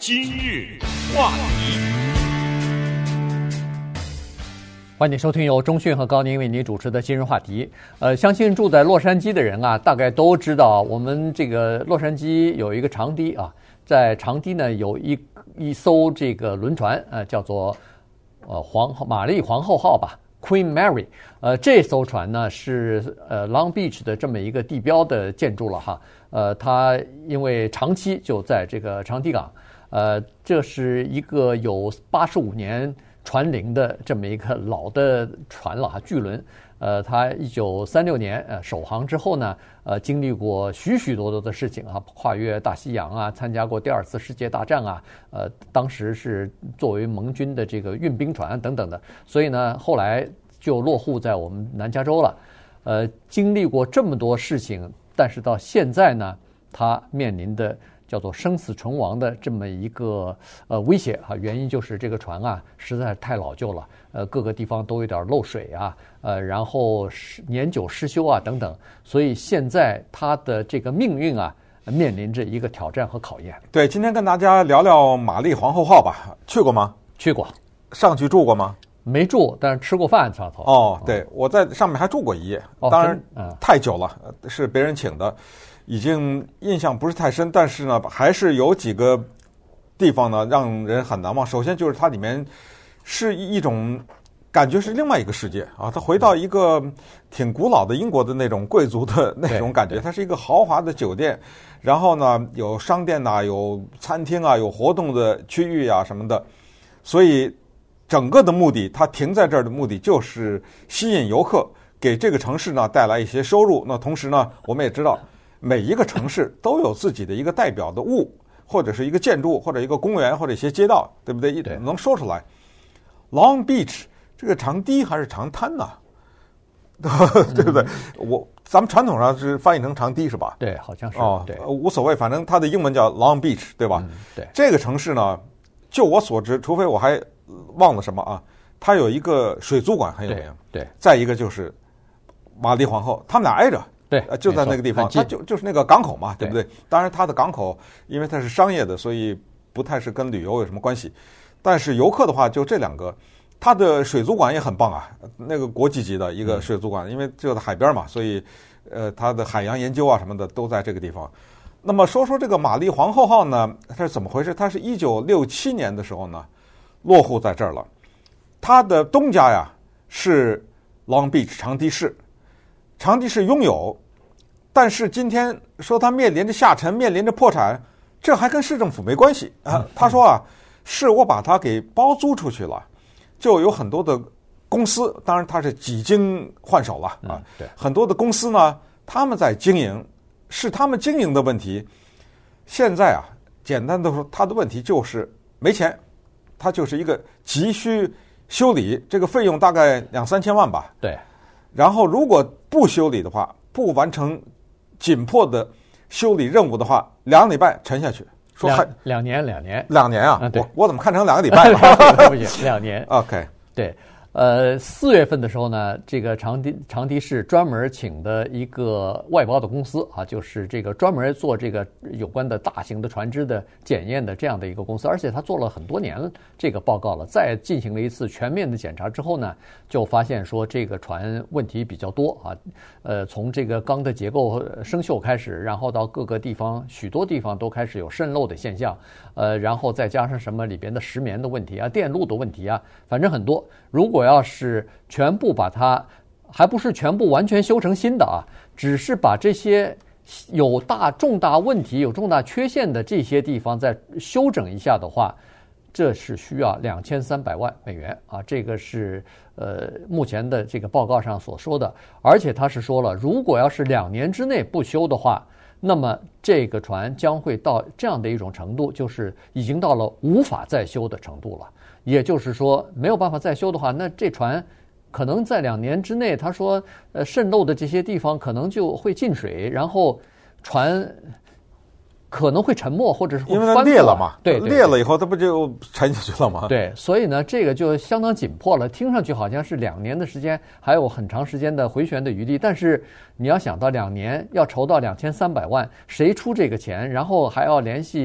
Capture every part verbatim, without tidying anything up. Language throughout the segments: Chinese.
今日话题， 欢迎收听由钟讯和高宁为您主持的今日话题。呃，相信住在洛杉矶的人啊，大概都知道，我们这个洛杉矶有一个长堤啊，在长堤呢有一一艘这个轮船，呃，叫做呃皇玛丽皇后号吧 ，Queen Mary。呃，这艘船呢是呃 Long Beach 的这么一个地标的建筑了哈。呃，它因为长期就在这个长堤港。呃，这是一个有八十五年船龄的这么一个老的船了哈，巨轮。呃，它一九三六年呃首航之后呢，呃，经历过许许多多的事情啊，跨越大西洋啊，参加过第二次世界大战啊，呃，当时是作为盟军的这个运兵船等等的，所以呢，后来就落户在我们南加州了。呃，经历过这么多事情，但是到现在呢，它面临的叫做生死存亡的这么一个呃威胁啊，原因就是这个船啊实在太老旧了，呃各个地方都有点漏水啊，呃然后年久失修啊等等，所以现在它的这个命运啊面临着一个挑战和考验。 对，今天跟大家聊聊玛丽皇后号吧，去过吗？ 去过。 上去住过吗？ 没住，但是吃过饭上头。 哦，对，我在上面还住过一夜， 哦、 当然、 嗯、 太久了，是别人请的。已经印象不是太深，但是呢，还是有几个地方呢让人很难忘。首先就是它里面是一种感觉是另外一个世界啊，它回到一个挺古老的英国的那种贵族的那种感觉。它是一个豪华的酒店，然后呢有商店呐、啊，有餐厅啊，有活动的区域啊什么的。所以整个的目的，它停在这儿的目的就是吸引游客，给这个城市呢带来一些收入。那同时呢，我们也知道。每一个城市都有自己的一个代表的物，或者是一个建筑，或者一个公园，或者一些街道，对不对？ 对， 能说出来。Long Beach 这个长堤还是长滩呐、啊？对不对？嗯、我咱们传统上是翻译成长堤是吧？ 对，好像是。 哦， 对， 无所谓，反正它的英文叫 Long Beach， 对吧？ 嗯、对。 这个城市呢，就我所知，除非我还忘了什么啊，它有一个水族馆很有名。 对。对再一个就是玛丽皇后，他们俩挨着。 对， 就在那个地方，它就就是那个港口嘛，对不对？当然，它的港口因为它是商业的，所以不太是跟旅游有什么关系。但是游客的话，就这两个，它的水族馆也很棒啊，那个国际级的一个水族馆，因为就在海边嘛，所以呃，它的海洋研究啊什么的都在这个地方。那么说说这个玛丽皇后号呢，它是怎么回事？它是一九六七年的时候呢，落户在这儿了。它的东家呀是 Long Beach 长堤市，长堤市拥有。但是今天说他面临着下沉，面临着破产，这还跟市政府没关系啊。他说啊，是我把它给包租出去了，就有很多的公司，当然他是几经换手了啊。 对， 很多的公司呢，他们在经营，是他们经营的问题。现在啊，简单的说，他的问题就是没钱，他就是一个急需修理，这个费用大概两三千万吧。 对， 然后如果不修理的话，不完成紧迫的修理任务的话，两个礼拜沉下去。说还两年，两年， 两年啊！ 啊我我怎么看成两个礼拜了？ 不行，两年。 OK， 对。呃，四月份的时候呢，这个长堤长堤市专门请的一个外包的公司啊，就是这个专门做这个有关的大型的船只的检验的这样的一个公司，而且他做了很多年这个报告了，再进行了一次全面的检查之后呢，就发现说这个船问题比较多啊，呃，从这个钢的结构生锈开始，然后到各个地方许多地方都开始有渗漏的现象，呃，然后再加上什么里边的石棉的问题啊、电路的问题啊，反正很多。如果要是全部把它，还不是全部完全修成新的啊，只是把这些有大重大问题、有重大缺陷的这些地方再修整一下的话，这是需要两千三百万美元啊，这个是呃目前的这个报告上所说的，而且他是说了，如果要是两年之内不修的话，那么这个船将会到这样的一种程度，就是已经到了无法再修的程度了。也就是说，没有办法再修的话，那这船可能在两年之内，他说，呃，渗漏的这些地方可能就会进水，然后船可能会沉没，或者是会因为它裂了嘛， 对，对， 裂了以后，它不就沉下去了吗？ 对，所以呢，这个就相当紧迫了。听上去好像是两年的时间，还有很长时间的回旋的余地，但是你要想到两年要筹到两千三百万，谁出这个钱？然后还要联系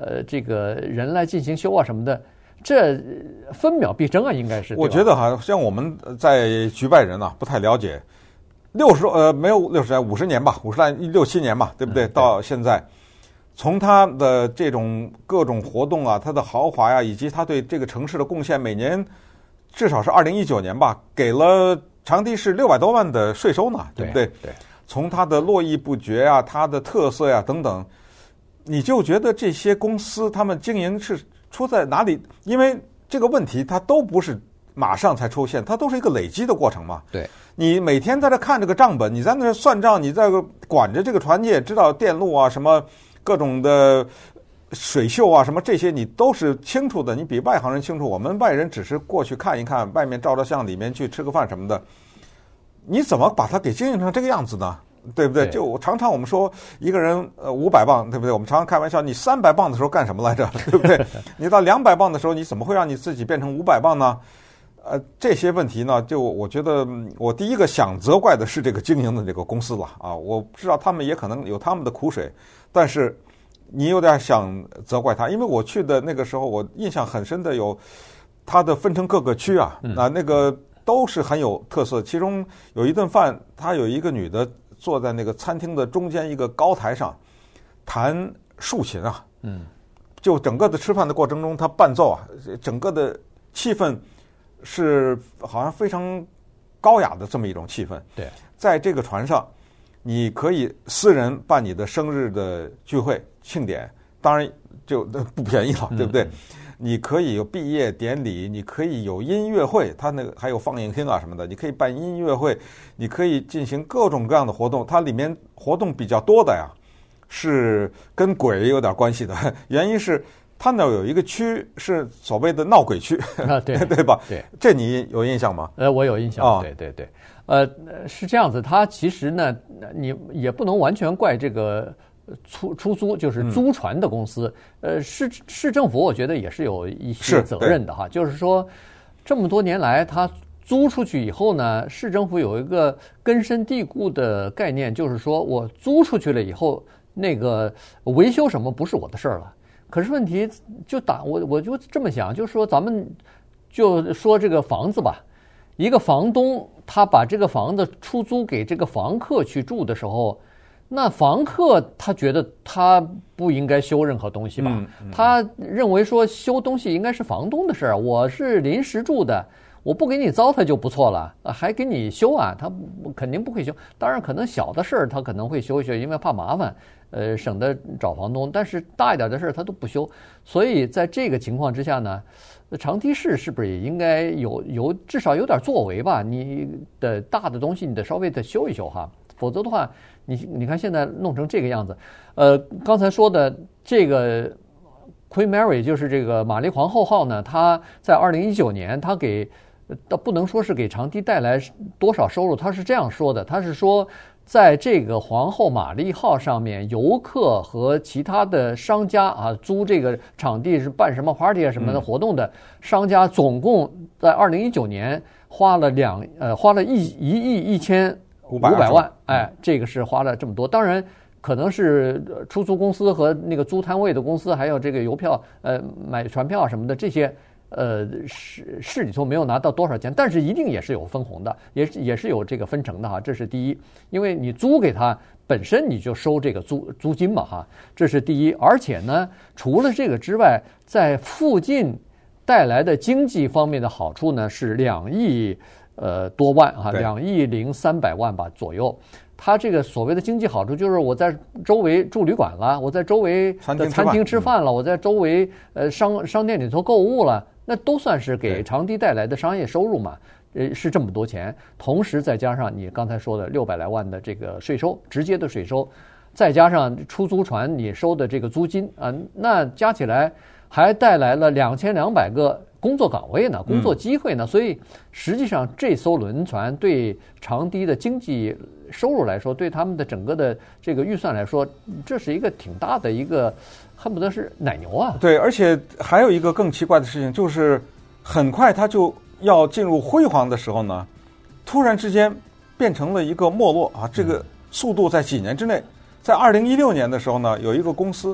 呃这个人来进行修啊什么的，这分秒必争啊，应该是。 我觉得哈，像我们在局外人啊，不太了解，六十呃没有六十年，五十年吧，五十来六七年吧，对不对？嗯、到现在，从他的这种各种活动啊，他的豪华呀、啊，以及他对这个城市的贡献，每年至少是二零一九年吧，给了长堤市六百多万的税收呢，对不对？ 对。 从他的络绎不绝啊，他的特色呀、啊、等等，你就觉得这些公司他们经营是出在哪里？因为这个问题它都不是马上才出现，它都是一个累积的过程嘛。 对， 你每天在这看这个账本，你在那算账，你在管着这个船界，知道电路啊什么各种的水锈啊什么这些，你都是清楚的。你比外行人清楚，我们外人只是过去看一看，外面照照相，里面去吃个饭什么的。你怎么把它给经营成这个样子呢？对不对？ 对就常常我们说一个人呃五百磅，对不对？我们常常开玩笑，你三百磅的时候干什么来着？对不对？你到两百磅的时候，你怎么会让你自己变成五百磅呢？呃，这些问题呢，就我觉得我第一个想责怪的是这个经营的这个公司了啊！我知道他们也可能有他们的苦水，但是你有点想责怪他，因为我去的那个时候，我印象很深的有它的分成各个区啊，啊那个。都是很有特色，其中有一顿饭，他有一个女的坐在那个餐厅的中间一个高台上弹竖琴啊，嗯，就整个的吃饭的过程中，他伴奏啊，整个的气氛是好像非常高雅的这么一种气氛。 对， 在这个船上，你可以私人办你的生日的聚会庆典，当然就不便宜了，对不对？嗯你可以有毕业典礼，你可以有音乐会，它那个还有放映厅啊什么的，你可以办音乐会，你可以进行各种各样的活动。它里面活动比较多的呀，是跟鬼有点关系的，原因是它那有一个区是所谓的闹鬼区， 啊，对对吧？ 对， 这你有印象吗？ 呃，我有印象，哦、对对对，呃，是这样子，它其实呢，你也不能完全怪这个。出出租就是租船的公司，嗯、呃，市市政府我觉得也是有一些责任的哈。就是说，这么多年来，它租出去以后呢，市政府有一个根深蒂固的概念，就是说我租出去了以后，那个维修什么不是我的事儿了。可是问题就打我我就这么想，就是说咱们就说这个房子吧，一个房东他把这个房子出租给这个房客去住的时候。那房客他觉得他不应该修任何东西吧？嗯嗯、他认为说修东西应该是房东的事儿，我是临时住的，我不给你糟蹋就不错了，还给你修啊？他肯定不会修。当然，可能小的事儿他可能会修一修，因为怕麻烦，呃，省得找房东。但是大一点的事儿他都不修，所以在这个情况之下呢，长堤市是不是也应该有有至少有点作为吧？你的大的东西你得稍微的修一修哈，否则的话。你你看现在弄成这个样子，呃，刚才说的这个 Queen Mary 就是这个玛丽皇后号呢，它在二零一九年，它给倒不能说是给长堤带来多少收入，它是这样说的，它是说在这个皇后玛丽号上面，游客和其他的商家啊，租这个场地是办什么 party 啊什么的活动的商家，总共在二零一九年花了两呃花了一一亿一千。五百万，哎，这个是花了这么多。当然，可能是出租公司和那个租摊位的公司，还有这个邮票、呃买船票什么的这些，呃市市里头没有拿到多少钱，但是一定也是有分红的，也是也是有这个分成的哈。这是第一，因为你租给他本身你就收这个租租金嘛哈，这是第一。而且呢，除了这个之外，在附近带来的经济方面的好处呢是两亿。呃，多万啊，两亿零三百万吧左右。它这个所谓的经济好处，就是我在周围住旅馆了，我在周围的餐厅吃饭了，我在周围呃商商店里头购物了，那都算是给长堤带来的商业收入嘛。呃，是这么多钱，同时再加上你刚才说的六百来万的这个税收，直接的税收，再加上出租船你收的这个租金啊，那加起来还带来了两千两百个。工作岗位呢，工作机会呢，嗯、所以实际上这艘轮船对长堤的经济收入来说，对他们的整个的这个预算来说，这是一个挺大的一个，恨不得是奶牛啊。 对，而且还有一个更奇怪的事情，就是很快它就要进入辉煌的时候呢，突然之间变成了一个没落啊！这个速度在几年之内，在二零一六年的时候呢，有一个公司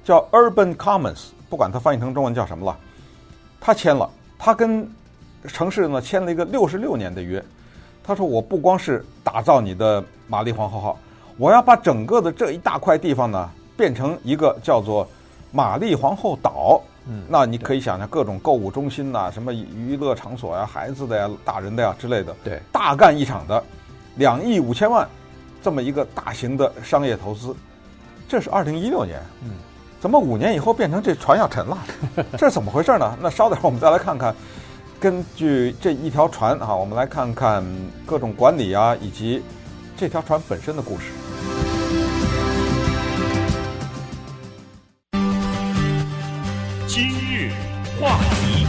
叫 Urban Commons， 不管它翻译成中文叫什么了，他签了，他跟城市呢签了一个六十六年的约。他说我不光是打造你的玛丽皇后号，我要把整个的这一大块地方呢变成一个叫做玛丽皇后岛。嗯，那你可以想象各种购物中心呐、啊，什么娱乐场所呀、啊、孩子的呀、大人的呀之类的， 对， 大干一场的两亿五千万这么一个大型的商业投资。这是二零一六年，嗯，怎么五年以后变成这船要沉了？这是怎么回事呢？那稍等我们再来看看，根据这一条船啊，我们来看看各种管理啊，以及这条船本身的故事。 今日话题，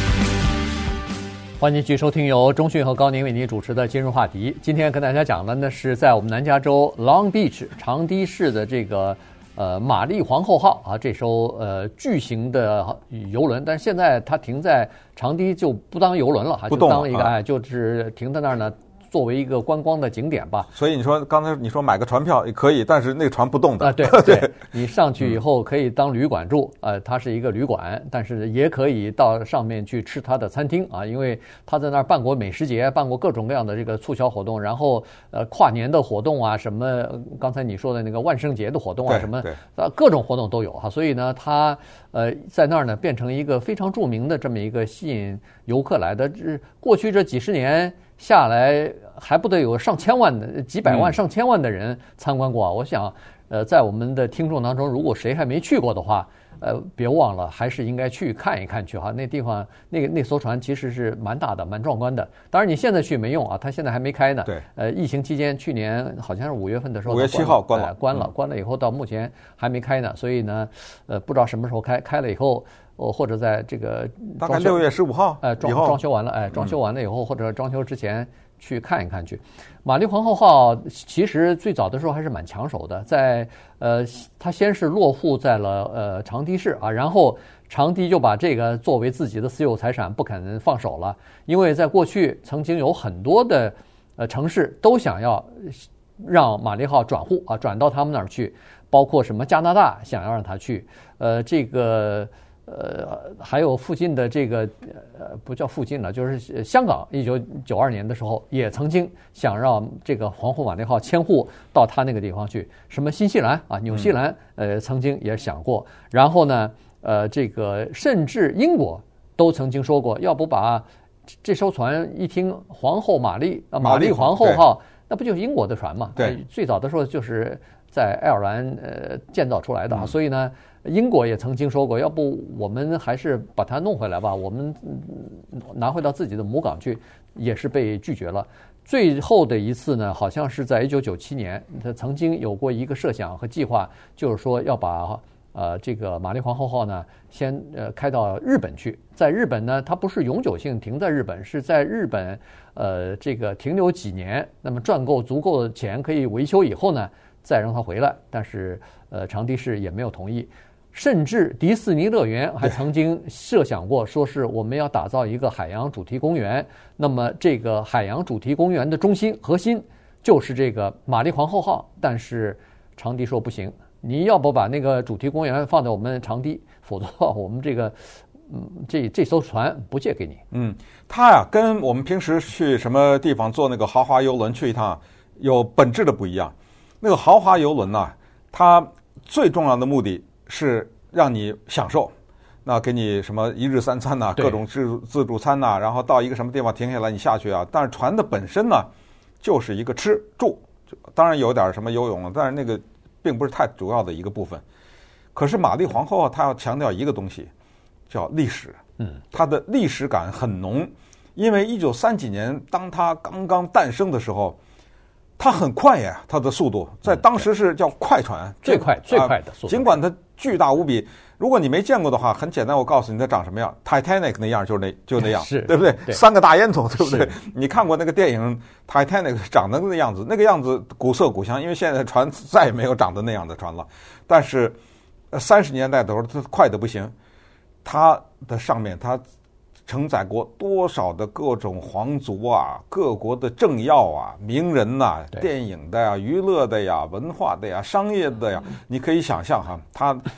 欢迎继续收听由钟迅和高宁为您主持的今日话题。今天跟大家讲的呢是在我们南加州 Long Beach 长堤市的这个呃玛丽皇后号啊，这艘呃巨型的游轮，但是现在它停在长堤就不当游轮了，就当一个哎，就是停在那儿呢。作为一个观光的景点吧， 所以你说刚才你说买个船票也可以，但是那个船不动的啊，对对，你上去以后可以当旅馆住，呃，它是一个旅馆，但是也可以到上面去吃它的餐厅啊，因为他在那儿办过美食节，办过各种各样的这个促销活动，然后呃跨年的活动啊，什么刚才你说的那个万圣节的活动啊，什么呃各种活动都有哈，所以呢，它呃在那儿呢变成一个非常著名的这么一个吸引游客来的，这过去这几十年下来还不得有上千万的几百万上千万的人参观过啊！我想，呃，在我们的听众当中，如果谁还没去过的话，呃，别忘了还是应该去看一看去哈。那地方那个那艘船其实是蛮大的，蛮壮观的。当然你现在去没用啊，它现在还没开呢。 对。 呃，疫情期间，去年好像是五月份的时候， 五月七号关了， 呃、关了，关了以后到目前还没开呢。所以呢，呃，不知道什么时候开，开了以后。哦，或者在这个大概六月十五号， 哎，装装修完了，哎，装修完了以后，或者装修之前去看一看去。玛丽皇后号其实最早的时候还是蛮抢手的，在呃，它先是落户在了呃长堤市啊，然后长堤就把这个作为自己的私有财产不肯放手了，因为在过去曾经有很多的呃城市都想要让玛丽号转户啊，转到他们那儿去，包括什么加拿大想要让他去，呃，这个。呃，还有附近的这个呃，不叫附近了，就是香港，一九九二年的时候也曾经想让这个皇后玛丽号迁户到他那个地方去，什么新西兰啊、纽西兰，呃，曾经也想过。然后呢，呃，这个甚至英国都曾经说过，要不把这艘船一听皇后玛丽啊，玛丽皇后号，那不就是英国的船嘛？ 对， 最早的时候就是在爱尔兰呃建造出来的，嗯、所以呢。英国也曾经说过，要不我们还是把它弄回来吧，我们拿回到自己的母港去，也是被拒绝了。最后的一次呢，好像是在一九九七年，他曾经有过一个设想和计划，就是说要把呃这个玛丽皇后号呢，先呃开到日本去，在日本呢，它不是永久性停在日本，是在日本呃这个停留几年，那么赚够足够的钱可以维修以后呢，再让它回来。但是呃长堤市也没有同意。甚至迪士尼乐园还曾经设想过，说是我们要打造一个海洋主题公园。那么这个海洋主题公园的中心核心就是这个玛丽皇后号。但是长堤说不行，你要不把那个主题公园放在我们长堤，否则我们这个嗯这这艘船不借给你。 嗯，它呀跟我们平时去什么地方坐那个豪华游轮去一趟有本质的不一样。那个豪华游轮呢、啊，它最重要的目的是让你享受，那给你什么一日三餐呐、啊，各种自自助餐呐、啊，然后到一个什么地方停下来你下去啊。但是船的本身呢，就是一个吃住，当然有点什么游泳了，但是那个并不是太主要的一个部分。可是玛丽皇后啊，她要强调一个东西，叫历史。嗯，它的历史感很浓，因为一九三几年当它刚刚诞生的时候。它很快呀，它的速度在当时是叫快船， 嗯、最快最快的速度。 尽管它巨大无比，如果你没见过的话，很简单，我告诉你它长什么样。Titanic 那样就是那就那样， 是对不对？ 对三个大烟囱，对不对？你看过那个电影 Titanic 长得那样子，那个样子古色古香，因为现在船再也没有长得那样的船了。但是三十年代的时候，它快得不行，它的上面它。承载过多少的各种皇族啊，各国的政要啊，名人呐、啊，电影的呀、娱乐的呀、文化的呀、商业的呀，你可以想象哈，它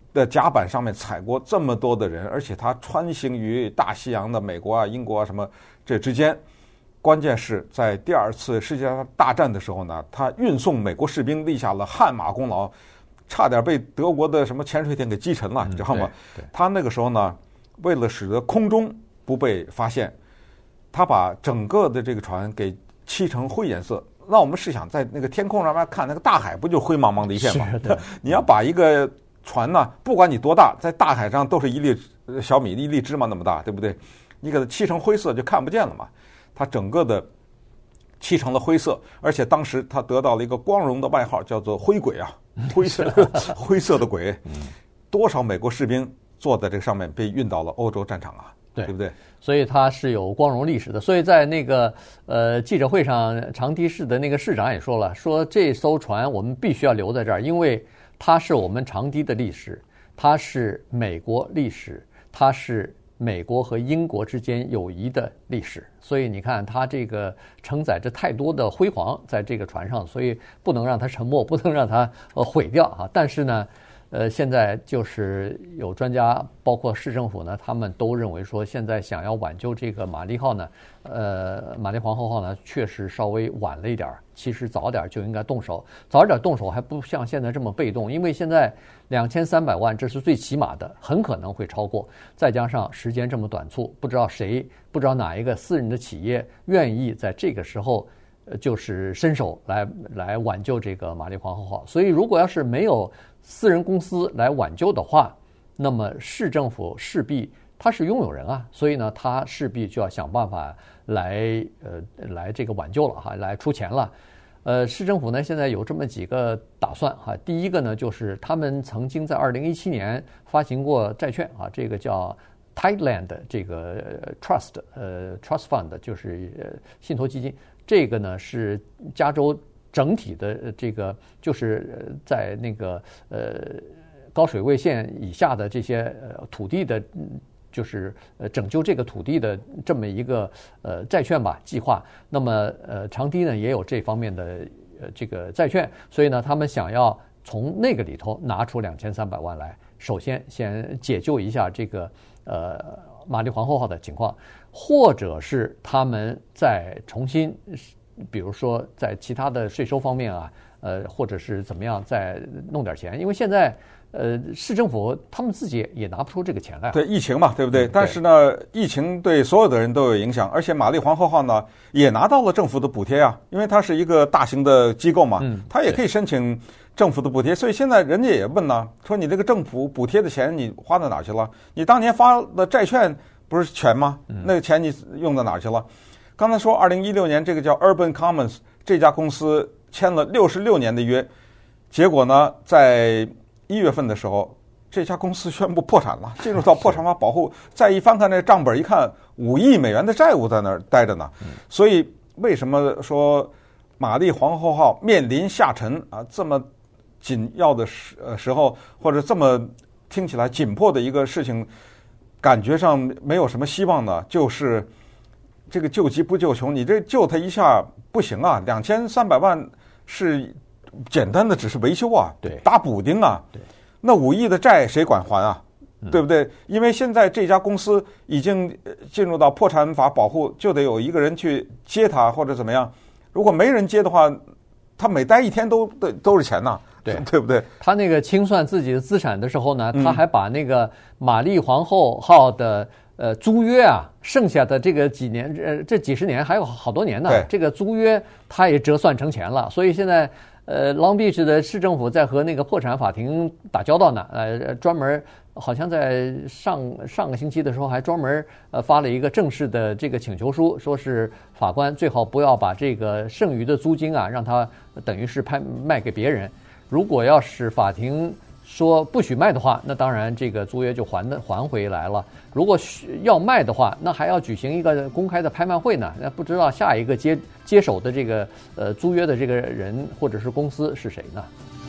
的甲板上面踩过这么多的人，而且它穿行于大西洋的美国啊、英国啊什么这之间。关键是在第二次世界大战的时候呢，它运送美国士兵立下了汗马功劳，差点被德国的什么潜水艇给击沉了，你知道吗？他那个时候呢，为了使得空中不被发现，他把整个的这个船给漆成灰颜色。那我们试想，在那个天空上面看，那个大海不就灰茫茫的一片吗？你要把一个船呢，不管你多大，在大海上都是一粒小米一粒芝麻那么大，对不对？你给它漆成灰色就看不见了嘛。它整个的漆成了灰色，而且当时它得到了一个光荣的外号，叫做灰鬼啊，灰色灰色的鬼。多少美国士兵坐在这个上面被运到了欧洲战场啊，对对不对？ 所以它是有光荣历史的。所以在那个呃记者会上，长堤市的那个市长也说了，说这艘船我们必须要留在这儿，因为它是我们长堤的历史，它是美国历史，它是美国和英国之间友谊的历史。所以你看，它这个承载着太多的辉煌在这个船上，所以不能让它沉没，不能让它呃毁掉啊。但是呢，呃，现在就是有专家，包括市政府呢，他们都认为说，现在想要挽救这个玛丽号呢，呃，玛丽皇后号呢，确实稍微晚了一点，其实早点就应该动手，早点动手还不像现在这么被动，因为现在两千三百万这是最起码的，很可能会超过，再加上时间这么短促，不知道谁，不知道哪一个私人的企业愿意在这个时候，呃，就是伸手来来挽救这个玛丽皇后号。所以，如果要是没有私人公司来挽救的话，那么市政府势必他是拥有人啊，所以呢，他势必就要想办法来呃来这个挽救了哈，来出钱了。呃，市政府呢现在有这么几个打算哈。第一个呢，就是他们曾经在二零一七年发行过债券啊，这个叫 Tideland 这个 Trust 呃 Trust Fund 就是呃信托基金，这个呢是加州整体的这个就是在那个呃高水位线以下的这些呃土地的，就是呃拯救这个土地的这么一个呃债券吧计划。那么呃长堤呢也有这方面的呃这个债券，所以呢他们想要从那个里头拿出两千三百万来，首先先解救一下这个呃玛丽皇后号的情况，或者是他们再重新。比如说在其他的税收方面啊，呃，或者是怎么样再弄点钱，因为现在呃市政府他们自己也拿不出这个钱来。 对，疫情嘛，对不对？嗯、但是呢，疫情对所有的人都有影响，而且玛丽皇后号呢也拿到了政府的补贴啊，因为它是一个大型的机构嘛，嗯，它也可以申请政府的补贴，所以现在人家也问呢，说你这个政府补贴的钱你花到哪去了？你当年发的债券不是钱吗？那个钱你用到哪去了？刚才说二零一六年这个叫 Urban Commons 这家公司签了六十六年的约，结果呢在一月份的时候这家公司宣布破产了，进入到破产法保护。再一翻看那账本一看，五亿美元的债务在那儿待着呢。所以为什么说玛丽皇后号面临下沉啊这么紧要的时呃时候，或者这么听起来紧迫的一个事情，感觉上没有什么希望呢？就是这个救急不救穷，你这救他一下不行啊！两千三百万是简单的，只是维修啊， 对， 打补丁啊， 对， 那五亿的债谁管还啊？对不对？因为现在这家公司已经进入到破产法保护，就得有一个人去接他或者怎么样。如果没人接的话，他每待一天都都都是钱呐， 对对不对？ 他那个清算自己的资产的时候呢，他还把那个玛丽皇后号的呃租约啊，剩下的这个几年呃这几十年还有好多年呢，这个租约他也折算成钱了，所以现在呃 Long Beach 的市政府在和那个破产法庭打交道呢，呃专门好像在上上个星期的时候还专门呃发了一个正式的这个请求书，说是法官最好不要把这个剩余的租金啊让他等于是拍卖给别人，如果要是法庭说不许卖的话，那当然这个租约就还的还回来了。如果要卖的话，那还要举行一个公开的拍卖会呢。那不知道下一个接接手的这个呃租约的这个人或者是公司是谁呢？